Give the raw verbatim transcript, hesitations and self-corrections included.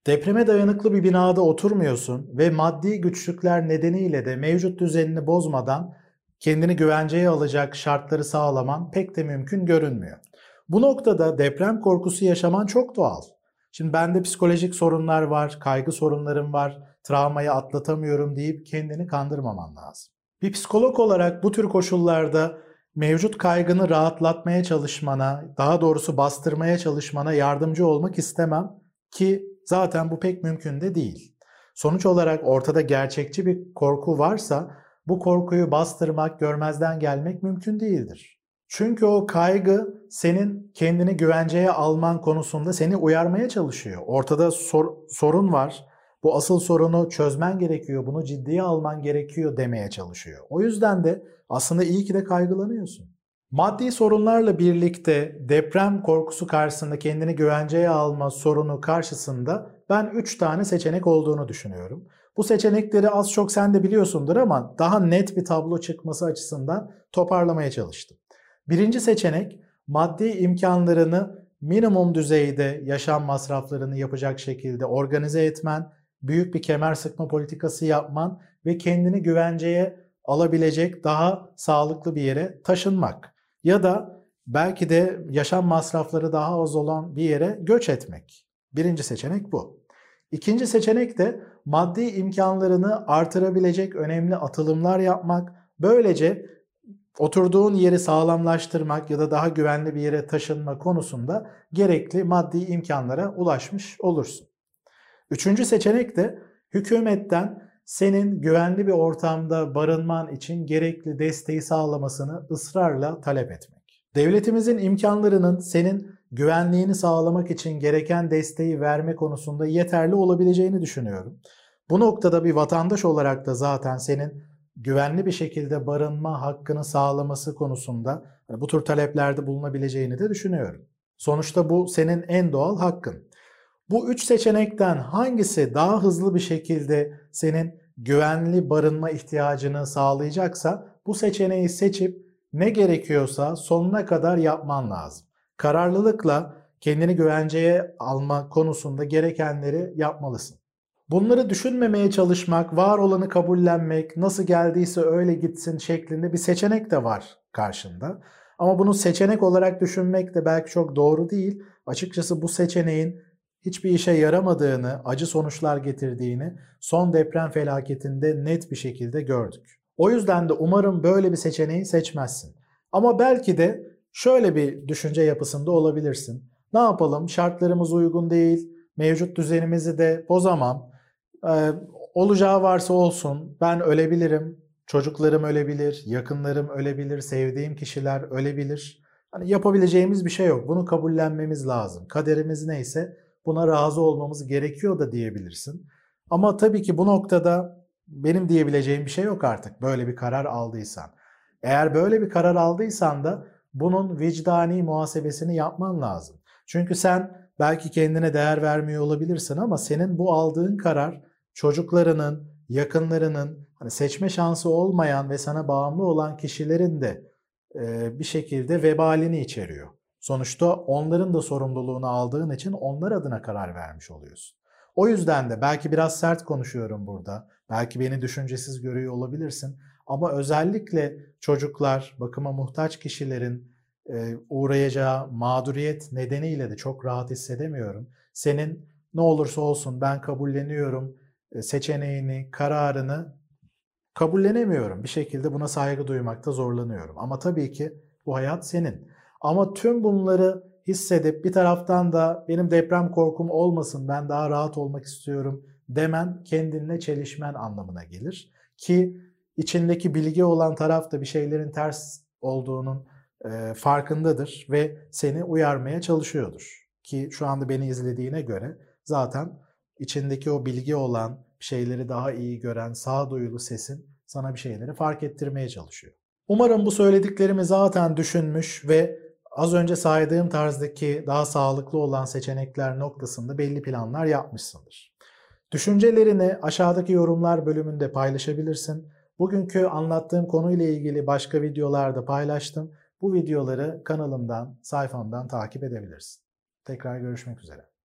Depreme dayanıklı bir binada oturmuyorsun ve maddi güçlükler nedeniyle de mevcut düzenini bozmadan kendini güvenceye alacak şartları sağlaman pek de mümkün görünmüyor. Bu noktada deprem korkusu yaşaman çok doğal. Şimdi bende psikolojik sorunlar var, kaygı sorunlarım var, travmayı atlatamıyorum deyip kendini kandırmaman lazım. Bir psikolog olarak bu tür koşullarda mevcut kaygını rahatlatmaya çalışmana, daha doğrusu bastırmaya çalışmana yardımcı olmak istemem ki zaten bu pek mümkün de değil. Sonuç olarak ortada gerçekçi bir korku varsa bu korkuyu bastırmak, görmezden gelmek mümkün değildir. Çünkü o kaygı senin kendini güvenceye alman konusunda seni uyarmaya çalışıyor. Ortada sor, sorun var. Bu asıl sorunu çözmen gerekiyor, bunu ciddiye alman gerekiyor demeye çalışıyor. O yüzden de aslında iyi ki de kaygılanıyorsun. Maddi sorunlarla birlikte deprem korkusu karşısında kendini güvenceye alma sorunu karşısında ben üç tane seçenek olduğunu düşünüyorum. Bu seçenekleri az çok sen de biliyorsundur ama daha net bir tablo çıkması açısından toparlamaya çalıştım. Birinci seçenek, maddi imkanlarını minimum düzeyde yaşam masraflarını yapacak şekilde organize etmen, büyük bir kemer sıkma politikası yapman ve kendini güvenceye alabilecek daha sağlıklı bir yere taşınmak. Ya da belki de yaşam masrafları daha az olan bir yere göç etmek. Birinci seçenek bu. İkinci seçenek de maddi imkanlarını artırabilecek önemli atılımlar yapmak. Böylece oturduğun yeri sağlamlaştırmak ya da daha güvenli bir yere taşınma konusunda gerekli maddi imkanlara ulaşmış olursun. Üçüncü seçenek de hükümetten senin güvenli bir ortamda barınman için gerekli desteği sağlamasını ısrarla talep etmek. Devletimizin imkanlarının senin güvenliğini sağlamak için gereken desteği verme konusunda yeterli olabileceğini düşünüyorum. Bu noktada bir vatandaş olarak da zaten senin güvenli bir şekilde barınma hakkını sağlaması konusunda bu tür taleplerde bulunabileceğini de düşünüyorum. Sonuçta bu senin en doğal hakkın. Bu üç seçenekten hangisi daha hızlı bir şekilde senin güvenli barınma ihtiyacını sağlayacaksa bu seçeneği seçip ne gerekiyorsa sonuna kadar yapman lazım. Kararlılıkla kendini güvenceye alma konusunda gerekenleri yapmalısın. Bunları düşünmemeye çalışmak, var olanı kabullenmek, nasıl geldiyse öyle gitsin şeklinde bir seçenek de var karşında. Ama bunu seçenek olarak düşünmek de belki çok doğru değil. Açıkçası bu seçeneğin hiçbir işe yaramadığını, acı sonuçlar getirdiğini son deprem felaketinde net bir şekilde gördük. O yüzden de umarım böyle bir seçeneği seçmezsin. Ama belki de şöyle bir düşünce yapısında olabilirsin. Ne yapalım? Şartlarımız uygun değil, mevcut düzenimizi de bozamam. Ee, olacağı varsa olsun, ben ölebilirim, çocuklarım ölebilir, yakınlarım ölebilir, sevdiğim kişiler ölebilir. Hani yapabileceğimiz bir şey yok. Bunu kabullenmemiz lazım. Kaderimiz neyse buna razı olmamız gerekiyor da diyebilirsin. Ama tabii ki bu noktada benim diyebileceğim bir şey yok artık böyle bir karar aldıysan. Eğer böyle bir karar aldıysan da bunun vicdani muhasebesini yapman lazım. Çünkü sen belki kendine değer vermiyor olabilirsin ama senin bu aldığın karar çocuklarının, yakınlarının, hani seçme şansı olmayan ve sana bağımlı olan kişilerin de e, bir şekilde vebalini içeriyor. Sonuçta onların da sorumluluğunu aldığın için onlar adına karar vermiş oluyorsun. O yüzden de belki biraz sert konuşuyorum burada. Belki beni düşüncesiz görüyor olabilirsin. Ama özellikle çocuklar, bakıma muhtaç kişilerin e, uğrayacağı mağduriyet nedeniyle de çok rahat hissedemiyorum. Senin ne olursa olsun ben kabulleniyorum e, seçeneğini, kararını kabullenemiyorum. Bir şekilde buna saygı duymakta zorlanıyorum. Ama tabii ki bu hayat senin. Ama tüm bunları hissedip bir taraftan da benim deprem korkum olmasın, ben daha rahat olmak istiyorum demen kendinle çelişmen anlamına gelir. Ki içindeki bilgi olan taraf da bir şeylerin ters olduğunun e, farkındadır ve seni uyarmaya çalışıyordur. Ki şu anda beni izlediğine göre zaten içindeki o bilgi olan, şeyleri daha iyi gören, sağduyulu sesin sana bir şeyleri fark ettirmeye çalışıyor. Umarım bu söylediklerimi zaten düşünmüş ve az önce saydığım tarzdaki daha sağlıklı olan seçenekler noktasında belli planlar yapmışsındır. Düşüncelerini aşağıdaki yorumlar bölümünde paylaşabilirsin. Bugünkü anlattığım konuyla ilgili başka videolarda paylaştım. Bu videoları kanalımdan, sayfamdan takip edebilirsin. Tekrar görüşmek üzere.